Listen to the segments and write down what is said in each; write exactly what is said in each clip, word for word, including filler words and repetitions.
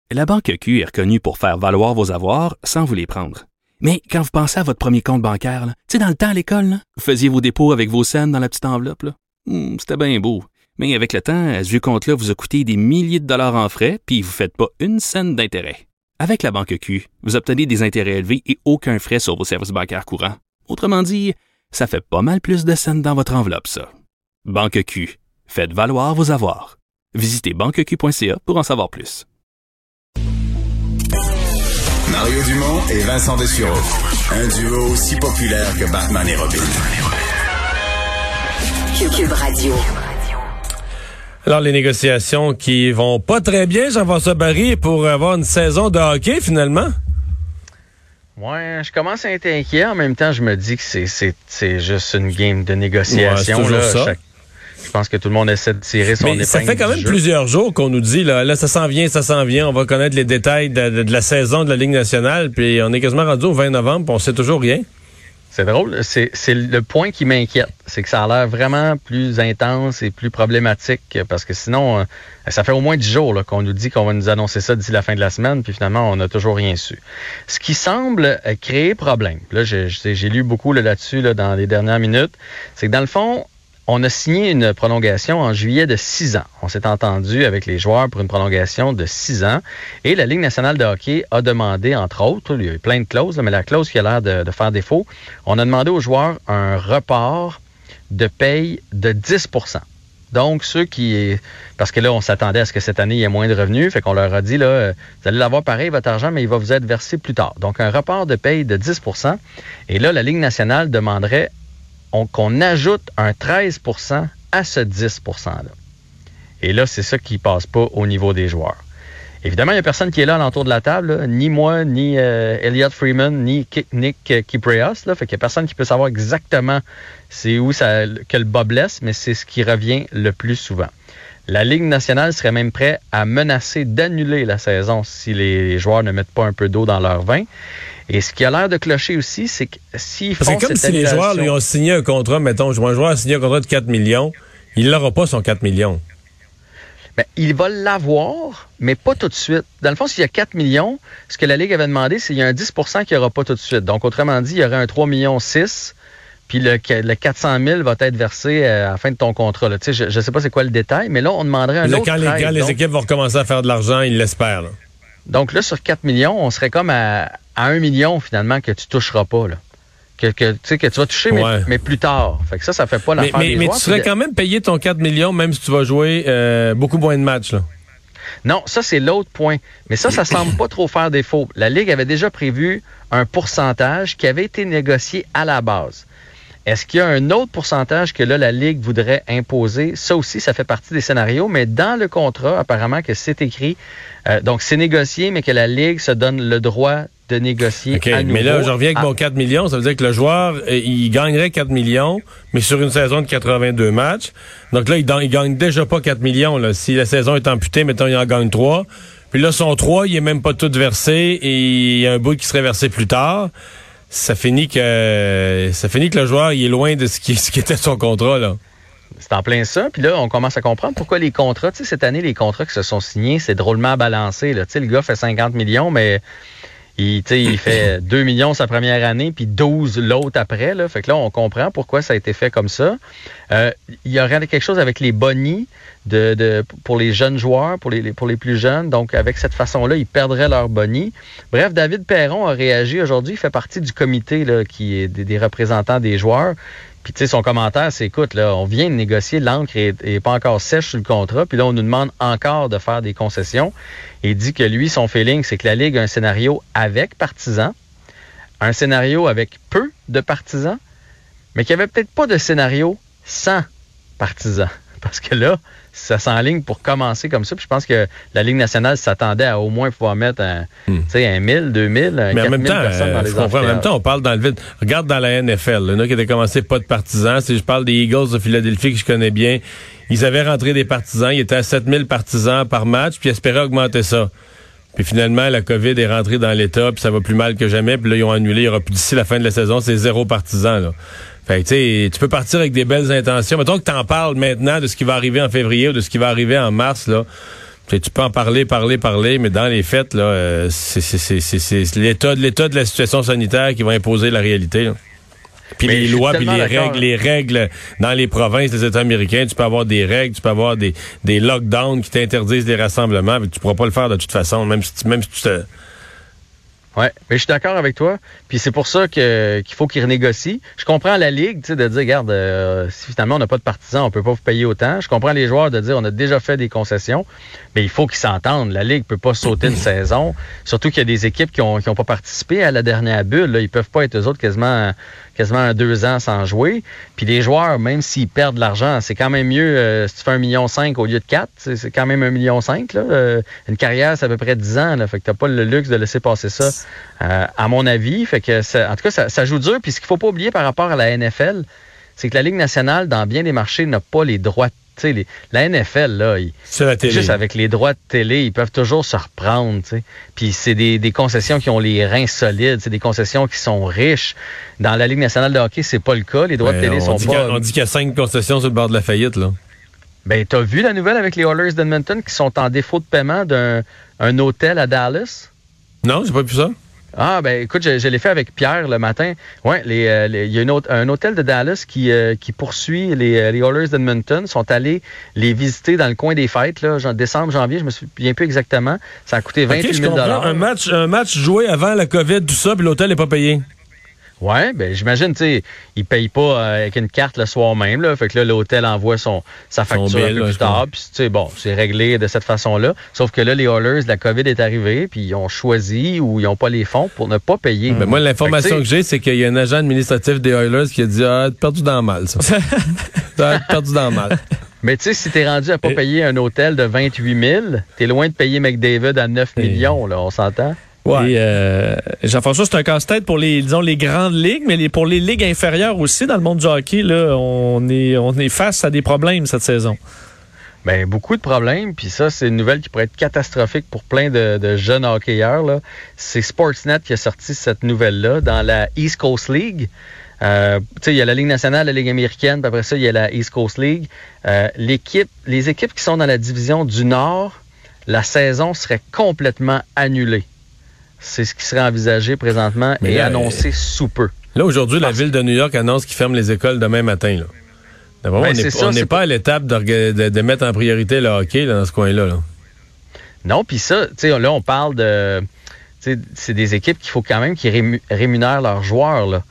La Banque Q est reconnue pour faire valoir vos avoirs sans vous les prendre. Mais quand vous pensez à votre premier compte bancaire, tu sais, dans le temps à l'école, là, vous faisiez vos dépôts avec vos scènes dans la petite enveloppe. Là. Hum, c'était bien beau. Mais avec le temps, ce vieux compte-là vous a coûté des milliers de dollars en frais, puis vous ne faites pas une scène d'intérêt. Avec la Banque Q, vous obtenez des intérêts élevés et aucun frais sur vos services bancaires courants. Autrement dit, ça fait pas mal plus de scènes dans votre enveloppe, ça. Banque Q. Faites valoir vos avoirs. Visitez banque q point c a pour en savoir plus. Mario Dumont et Vincent Dessureau. Un duo aussi populaire que Batman et Robin. Cube Radio. Alors, les négociations qui vont pas très bien, Jean-François Barry, pour avoir une saison de hockey, finalement? Ouais, je commence à être inquiet. En même temps, je me dis que c'est, c'est, c'est juste une game de négociation. Ouais, c'est là. ça. Chaque... Je pense que tout le monde essaie de tirer son Mais épingle ça fait quand même jeu. plusieurs jours qu'on nous dit, là, là ça s'en vient, ça s'en vient, on va connaître les détails de, de, de la saison de la Ligue nationale, puis on est quasiment rendu au vingt novembre, puis on sait toujours rien. C'est drôle, c'est, c'est le point qui m'inquiète, c'est que ça a l'air vraiment plus intense et plus problématique, parce que sinon, euh, ça fait au moins dix jours là, qu'on nous dit qu'on va nous annoncer ça d'ici la fin de la semaine, puis finalement, on n'a toujours rien su. Ce qui semble euh, créer problème, là, j'ai, j'ai lu beaucoup là, là-dessus là, dans les dernières minutes, c'est que dans le fond, on a signé une prolongation en juillet de six ans. On s'est entendu avec les joueurs pour une prolongation de six ans. Et la Ligue nationale de hockey a demandé, entre autres, il y a eu plein de clauses, mais la clause qui a l'air de, de faire défaut, on a demandé aux joueurs un report de paye de dix pour cent. Donc, ceux qui... Parce que là, on s'attendait à ce que cette année, il y ait moins de revenus. Fait qu'on leur a dit, là, vous allez l'avoir pareil, votre argent, mais il va vous être versé plus tard. Donc, un report de paye de dix pour cent. Et là, la Ligue nationale demanderait On, qu'on ajoute un treize pour cent à ce dix pour cent-là. Et là, c'est ça qui ne passe pas au niveau des joueurs. Évidemment, il n'y a personne qui est là à l'entour de la table, là, ni moi, ni euh, Elliot Freeman, ni K- Nick euh, Kypreos. Là, fait qu'il n'y a personne qui peut savoir exactement c'est où ça, que le bas blesse, mais c'est ce qui revient le plus souvent. La Ligue nationale serait même prête à menacer d'annuler la saison si les joueurs ne mettent pas un peu d'eau dans leur vin. Et ce qui a l'air de clocher aussi, c'est que s'ils font C'est comme cette si les joueurs lui ont signé un contrat, mettons, un joueur a signé un contrat de quatre millions, il n'aura pas son quatre millions. Ben, il va l'avoir, mais pas tout de suite. Dans le fond, s'il y a quatre millions, ce que la Ligue avait demandé, c'est qu'il y a un dix pour cent qu'il n'y aura pas tout de suite. Donc, autrement dit, il y aurait un trois virgule six millions, puis le, le quatre cent mille va être versé à la fin de ton contrat. Là. Tu sais, je ne sais pas c'est quoi le détail, mais là, on demanderait un là, autre quand les, treize, quand donc, les équipes vont recommencer à faire de l'argent, ils l'espèrent. Là. Donc là, sur quatre millions, on serait comme à, à un million, finalement, que tu toucheras pas. Là. Que, que, tu sais, que tu vas toucher, mais, ouais. mais plus tard. Fait que ça, ça fait pas l'affaire mais, des mais, joueurs. Mais tu serais quand même payé ton quatre millions, même si tu vas jouer euh, beaucoup moins de matchs. Là. Non, ça, c'est l'autre point. Mais ça, ça semble pas trop faire défaut. La Ligue avait déjà prévu un pourcentage qui avait été négocié à la base. Est-ce qu'il y a un autre pourcentage que là, la Ligue voudrait imposer? Ça aussi, ça fait partie des scénarios, mais dans le contrat, apparemment que c'est écrit, euh, donc c'est négocié, mais que la Ligue se donne le droit de négocier okay, à nouveau. Mais là, je reviens avec à... mon quatre millions, ça veut dire que le joueur, il gagnerait quatre millions, mais sur une saison de quatre-vingt-deux matchs. Donc là, il, il gagne déjà pas quatre millions. Là. Si la saison est amputée, mettons, il en gagne trois. Puis là, son trois, il est même pas tout versé et il y a un bout qui serait versé plus tard. Ça finit que ça finit que le joueur il est loin de ce qui, ce qui était son contrat là. C'est en plein ça. Puis là, on commence à comprendre pourquoi les contrats, tu sais, cette année, les contrats qui se sont signés, c'est drôlement balancé. Là. Tu sais, le gars fait cinquante millions, mais il, tu sais, il fait deux millions sa première année, puis douze l'autre après. Là. Fait que là, on comprend pourquoi ça a été fait comme ça. Euh, il y aurait quelque chose avec les bonnies de, de, pour les jeunes joueurs, pour les, pour les plus jeunes. Donc, avec cette façon-là, ils perdraient leur bonnie. Bref, David Perron a réagi aujourd'hui. Il fait partie du comité là, qui est des, des représentants des joueurs. Puis, tu sais, son commentaire, c'est, écoute, là, on vient de négocier, l'encre est, est pas encore sèche sur le contrat, puis là, on nous demande encore de faire des concessions. Et il dit que lui, son feeling, c'est que la Ligue a un scénario avec partisans, un scénario avec peu de partisans, mais qu'il n'y avait peut-être pas de scénario sans partisans. Parce que là, ça s'enligne pour commencer comme ça. Puis je pense que la Ligue nationale s'attendait à au moins pouvoir mettre un, hmm. tu sais, un mille, deux mille, mais en même temps, personnes dans euh, les je comprends. En même temps, on parle dans le vide. Regarde dans la N F L, il y en a qui étaient commencé pas de partisans. Si je parle des Eagles de Philadelphie que je connais bien, ils avaient rentré des partisans. Ils étaient à sept mille partisans par match, puis ils espéraient augmenter ça. Puis finalement, la COVID est rentrée dans l'État, puis ça va plus mal que jamais. Puis là, ils ont annulé. Il y aura plus d'ici la fin de la saison, c'est zéro partisans, là. Fait que, tu sais, tu peux partir avec des belles intentions. Mettons que t'en parles maintenant de ce qui va arriver en février ou de ce qui va arriver en mars, là. Tu peux en parler, parler, parler, mais dans les faits, là, euh, c'est, c'est, c'est, c'est, c'est l'état, l'état de la situation sanitaire qui va imposer la réalité. Là. Puis mais les lois, puis les d'accord. règles, les règles dans les provinces des États américains, tu peux avoir des règles, tu peux avoir des, des lockdowns qui t'interdisent des rassemblements, mais tu pourras pas le faire de toute façon, même si tu, même si tu te... Ouais, mais je suis d'accord avec toi. Puis c'est pour ça que qu'il faut qu'ils renégocient. Je comprends la Ligue, tu sais, de dire, regarde, euh, si finalement on n'a pas de partisans, on peut pas vous payer autant. Je comprends les joueurs de dire, on a déjà fait des concessions, mais il faut qu'ils s'entendent. La Ligue peut pas sauter une saison. Surtout qu'il y a des équipes qui ont qui ont pas participé à la dernière bulle. Là. Ils peuvent pas être eux autres quasiment quasiment deux ans sans jouer. Puis les joueurs, même s'ils perdent de l'argent, c'est quand même mieux euh, si tu fais un million cinq au lieu de quatre. C'est, c'est quand même un million cinq. Là. Euh, une carrière, c'est à peu près dix ans. Là, fait que t'as pas le luxe de laisser passer ça. Euh, à mon avis, fait que ça, en tout cas, ça, ça joue dur. Puis ce qu'il faut pas oublier par rapport à la N F L, c'est que la Ligue nationale, dans bien des marchés, n'a pas les droits. Tu sais, la N F L, là, ils, c'est la télé. Juste avec les droits de télé, ils peuvent toujours se reprendre. Tu sais. Puis c'est des, des concessions qui ont les reins solides, c'est des concessions qui sont riches. Dans la Ligue nationale de hockey, c'est pas le cas. Les droits ouais, de télé sont pas. On dit qu'il y a cinq concessions sur le bord de la faillite, là. Ben, t'as vu la nouvelle avec les Oilers d'Edmonton qui sont en défaut de paiement d'un un hôtel à Dallas? Non, j'ai pas vu ça. Ah, ben écoute, je, je l'ai fait avec Pierre le matin. Ouais, les, euh, les, il y a une autre, un hôtel de Dallas qui, euh, qui poursuit les, les Oilers d'Edmonton. Ils sont allés les visiter dans le coin des fêtes, là, genre décembre, janvier, je me souviens plus exactement. Ça a coûté vingt-huit mille dollars. Okay, un match, un match joué avant la COVID, tout ça, puis l'hôtel n'est pas payé. Ouais, ben j'imagine, tu sais, ils payent pas euh, avec une carte le soir même, là. Fait que là, l'hôtel envoie son sa facture son bill, un peu là, plus tard. Puis, tu sais, bon, c'est réglé de cette façon-là. Sauf que là, les Oilers, la COVID est arrivée, puis ils ont choisi ou ils n'ont pas les fonds pour ne pas payer. Ben moi, l'information que, que j'ai, c'est qu'il y a un agent administratif des Oilers qui a dit ah, t'es perdu dans le mal, ça. T'es perdu dans le mal. Mais tu sais, si t'es rendu à pas payer un hôtel de vingt-huit mille, t'es loin de payer McDavid à neuf millions, là, on s'entend? Ouais. Et euh, Jean-François, c'est un casse-tête pour les, disons, les grandes ligues, mais les, pour les ligues inférieures aussi, dans le monde du hockey, là, on est, on est face à des problèmes cette saison. Bien, beaucoup de problèmes, puis ça, c'est une nouvelle qui pourrait être catastrophique pour plein de, de jeunes hockeyeurs, là. C'est Sportsnet qui a sorti cette nouvelle-là dans la East Coast League. Euh, tu sais, il y a la Ligue nationale, la Ligue américaine, puis après ça, il y a la East Coast League. Euh, l'équipe, les équipes qui sont dans la division du Nord, la saison serait complètement annulée. C'est ce qui serait envisagé présentement mais et là, annoncé sous peu. Là, aujourd'hui, Parce... la Ville de New York annonce qu'ils ferment les écoles demain matin. Là. D'abord, ben, on n'est pas, pas à l'étape de, de, de mettre en priorité le hockey là, dans ce coin-là. Là. Non, puis ça, tu sais, là, on parle de... C'est des équipes qu'il faut quand même qu'ils rému- rémunèrent leurs joueurs, là.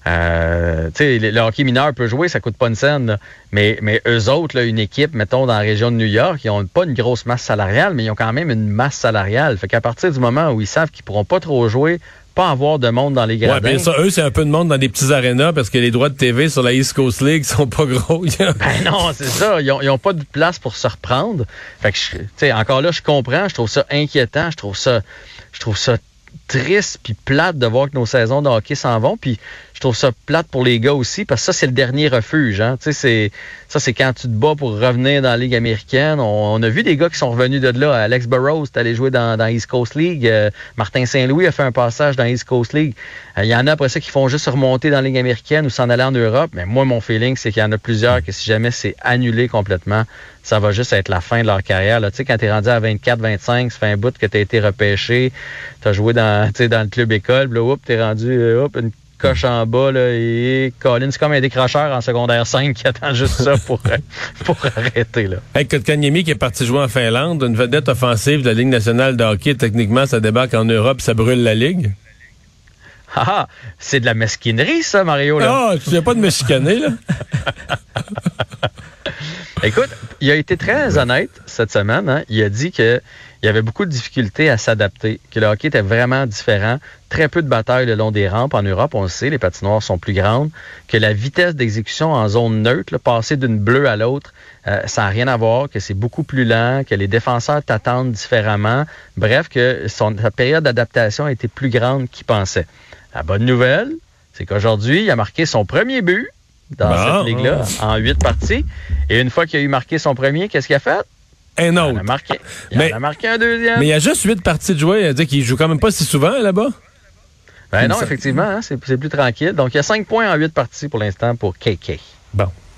Euh, tu sais, le, le hockey mineur peut jouer, ça coûte pas une scène, là. Mais, mais eux autres, là, une équipe, mettons, dans la région de New York, ils ont pas une grosse masse salariale, mais ils ont quand même une masse salariale. Fait qu'à partir du moment où ils savent qu'ils pourront pas trop jouer, pas avoir de monde dans les gradins... Ouais, bien ça, eux, c'est un peu de monde dans des petits arénas parce que les droits de T V sur la East Coast League sont pas gros. Ben non, c'est ça. Ils ont, ils ont pas de place pour se reprendre. Fait que, tu sais, encore là, je comprends, je trouve ça inquiétant, je trouve ça... Je trouve ça triste puis plate de voir que nos saisons de hockey s'en vont, puis je trouve ça plate pour les gars aussi, parce que ça, c'est le dernier refuge. Hein. Tu sais, c'est, ça, c'est quand tu te bats pour revenir dans la Ligue américaine. On, on a vu des gars qui sont revenus de là. Alex Burrows est allé jouer dans, dans East Coast League. Euh, Martin Saint-Louis a fait un passage dans East Coast League. Il euh, y en a après ça qui font juste remonter dans la Ligue américaine ou s'en aller en Europe. Mais moi, mon feeling, c'est qu'il y en a plusieurs que si jamais c'est annulé complètement, ça va juste être la fin de leur carrière. Tu sais, quand t'es rendu à vingt-quatre vingt-cinq, ça fait un bout que t'as été repêché, t'as joué dans, dans le club école, puis là, oups, t'es rendu euh, oups, une coche en bas, là, et Colin, c'est comme un décrocheur en secondaire cinq qui attend juste ça pour, pour arrêter, là. Hey, Kotkaniemi qui est parti jouer en Finlande, une vedette offensive de la Ligue nationale de hockey, techniquement, ça débarque en Europe, ça brûle la Ligue. Ah, c'est de la mesquinerie, ça, Mario, là. Ah, tu viens pas de me chicaner, là. Écoute, il a été très honnête cette semaine. Hein? Il a dit qu'il y avait beaucoup de difficultés à s'adapter, que le hockey était vraiment différent, très peu de batailles le long des rampes. En Europe, on le sait, les patinoires sont plus grandes, que la vitesse d'exécution en zone neutre, là, passer d'une bleue à l'autre, euh, ça n'a rien à voir, que c'est beaucoup plus lent, que les défenseurs t'attendent différemment. Bref, que son, sa période d'adaptation a été plus grande qu'il pensait. La bonne nouvelle, c'est qu'aujourd'hui, il a marqué son premier but dans bon, cette ligue-là, oh. en huit parties. Et une fois qu'il a eu marqué son premier, qu'est-ce qu'il a fait? Un autre. Il en a marqué, il mais, en a marqué un deuxième. Mais il y a juste huit parties de jouer. C'est-à-dire qu'il joue quand même pas si souvent là-bas? Ben non, ça... effectivement, hein, c'est, c'est plus tranquille. Donc, il y a cinq points en huit parties pour l'instant pour K K. Bon.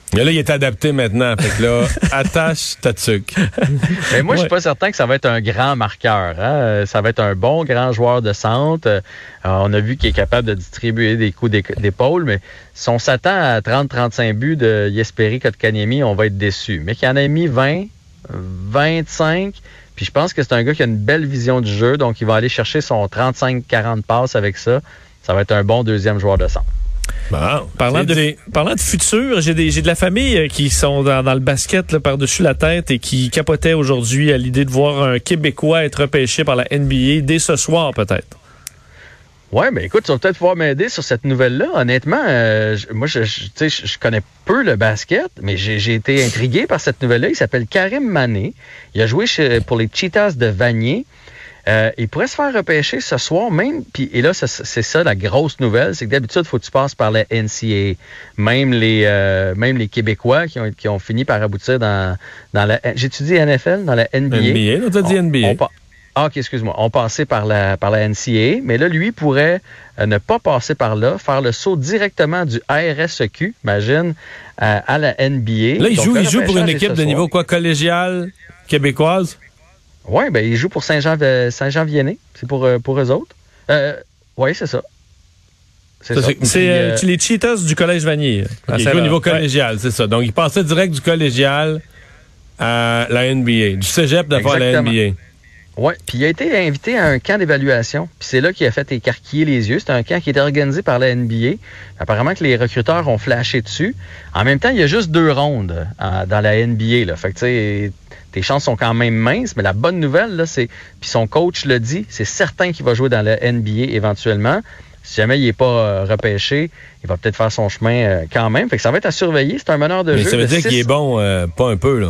Et là, il est adapté maintenant. Fait que là, attache ta tuque. Mais moi, Ouais. je suis pas certain que ça va être un grand marqueur. Hein? Ça va être un bon grand joueur de centre. Euh, on a vu qu'il est capable de distribuer des coups d'é- d'épaule, mais si on s'attend à trente à trente-cinq buts de Jesperi Kotkaniemi, on va être déçu. Mais qu'il en a mis vingt, vingt-cinq, puis je pense que c'est un gars qui a une belle vision du jeu, donc il va aller chercher son trente-cinq à quarante passes avec ça. Ça va être un bon deuxième joueur de centre. Bon, Parlant c'est de, dit. parlant de futur, j'ai des, j'ai de la famille euh, qui sont dans, dans le basket là, par-dessus la tête et qui capotaient aujourd'hui à l'idée de voir un Québécois être repêché par la N B A dès ce soir peut-être. Ouais, mais écoute, tu vas peut-être pouvoir m'aider sur cette nouvelle-là. Honnêtement, euh, je- moi, je, je, tu sais, je, je connais peu le basket, mais j'ai, j'ai été intrigué par cette nouvelle-là. Il s'appelle Karim Mané. Il a joué chez, pour les Cheetahs de Vanier. Euh, il pourrait se faire repêcher ce soir même. Puis, et là, c'est, c'est ça la grosse nouvelle, c'est que d'habitude, il faut que tu passes par la N C A A. Même les, euh, même les Québécois qui ont, qui ont fini par aboutir dans, dans la... J'étudie N F L, dans la N B A. N B A, là, t'as dit N B A. On, on pa- ah, OK, excuse-moi. On passait par la, par la N C A A, mais là, lui pourrait euh, ne pas passer par là, faire le saut directement du R S E Q, imagine, euh, à la N B A. Là, il Donc, joue, le il joue pour une repêchage est équipe ce de soir. niveau quoi, collégial, québécoise? Oui, ben il joue pour Saint-Jean, Saint-Jean-Vianney. C'est pour, euh, pour eux autres. Euh, oui, c'est ça. C'est Ça, ça. c'est- C'est Puis, euh, euh, les Cheetahs du Collège Vanier. à Il joue Saint-Laurent. au niveau Ouais. collégial, c'est ça. Donc, il passait direct du collégial à la N B A. Du cégep d'abord à la N B A. Oui, puis il a été invité à un camp d'évaluation. Puis c'est là qu'il a fait écarquiller les yeux. C'était un camp qui était organisé par la N B A. Apparemment que les recruteurs ont flashé dessus. En même temps, il y a juste deux rondes euh, dans la N B A. Là. Fait que tu sais, tes chances sont quand même minces. Mais la bonne nouvelle, là, c'est, puis son coach le dit, c'est certain qu'il va jouer dans la N B A éventuellement. Si jamais il n'est pas euh, repêché, il va peut-être faire son chemin euh, quand même. Fait que ça va être à surveiller. C'est un meneur de Mais jeu. ça veut de dire six qu'il est bon, euh, pas un peu, là.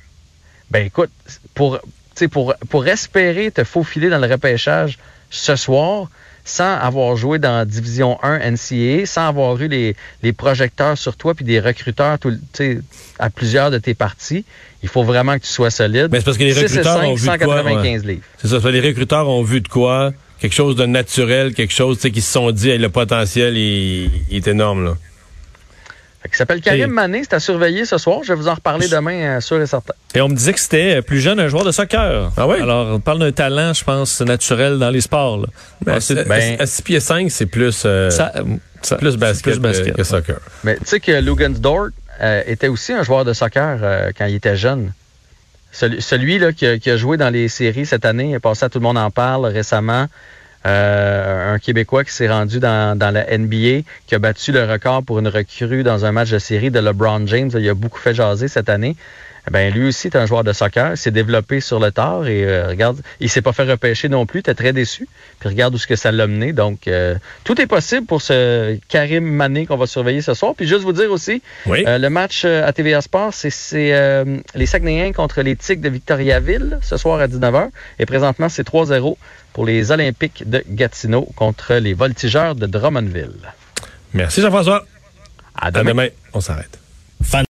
Ben écoute, pour, tu sais, pour, pour espérer te faufiler dans le repêchage ce soir, sans avoir joué dans Division un N C A A, sans avoir eu les, les projecteurs sur toi puis des recruteurs tout, le- tu sais, à plusieurs de tes parties, il faut vraiment que tu sois solide. Mais c'est parce que les six et recruteurs cinq, ont vu de quoi, cent quatre-vingt-quinze livres. C'est ça, c'est parce que les recruteurs ont vu de quoi, quelque chose de naturel, quelque chose, tu sais, qui se sont dit, hey, le potentiel, il, il est énorme, là. Fait que il s'appelle Karim Et- Mané, c'est à surveiller ce soir. Je vais vous en reparler demain, euh, sûr et certain. Et on me disait que c'était euh, plus jeune un joueur de soccer. Ah oui? Alors, on parle d'un talent, je pense, naturel dans les sports. Là. Ben, Alors, c'est- c'est- ben- à six pieds cinq, c'est plus, euh, ça, euh, ça- plus c'est basket, plus basket. que, que soccer. Mais tu sais que Lugansdort euh, était aussi un joueur de soccer euh, quand il était jeune. Celui, celui là, qui, a, qui a joué dans les séries cette année, il est passé à Tout le monde en parle récemment. Euh, un Québécois qui s'est rendu dans, dans la N B A, qui a battu le record pour une recrue dans un match de série de LeBron James. Il a beaucoup fait jaser cette année. Ben lui aussi est un joueur de soccer, s'est développé sur le tard et euh, regarde, il s'est pas fait repêcher non plus, t'es très déçu. Puis regarde où ce que ça l'a mené. Donc euh, tout est possible pour ce Karim Mané qu'on va surveiller ce soir. Puis juste vous dire aussi, Oui. euh, le match euh, à T V A Sport, c'est, c'est euh, les Saguenayens contre les Tigres de Victoriaville ce soir à dix-neuf heures. Et présentement, c'est trois zéro pour les Olympiques de Gatineau contre les Voltigeurs de Drummondville. Merci Jean-François. À À demain. demain. On s'arrête.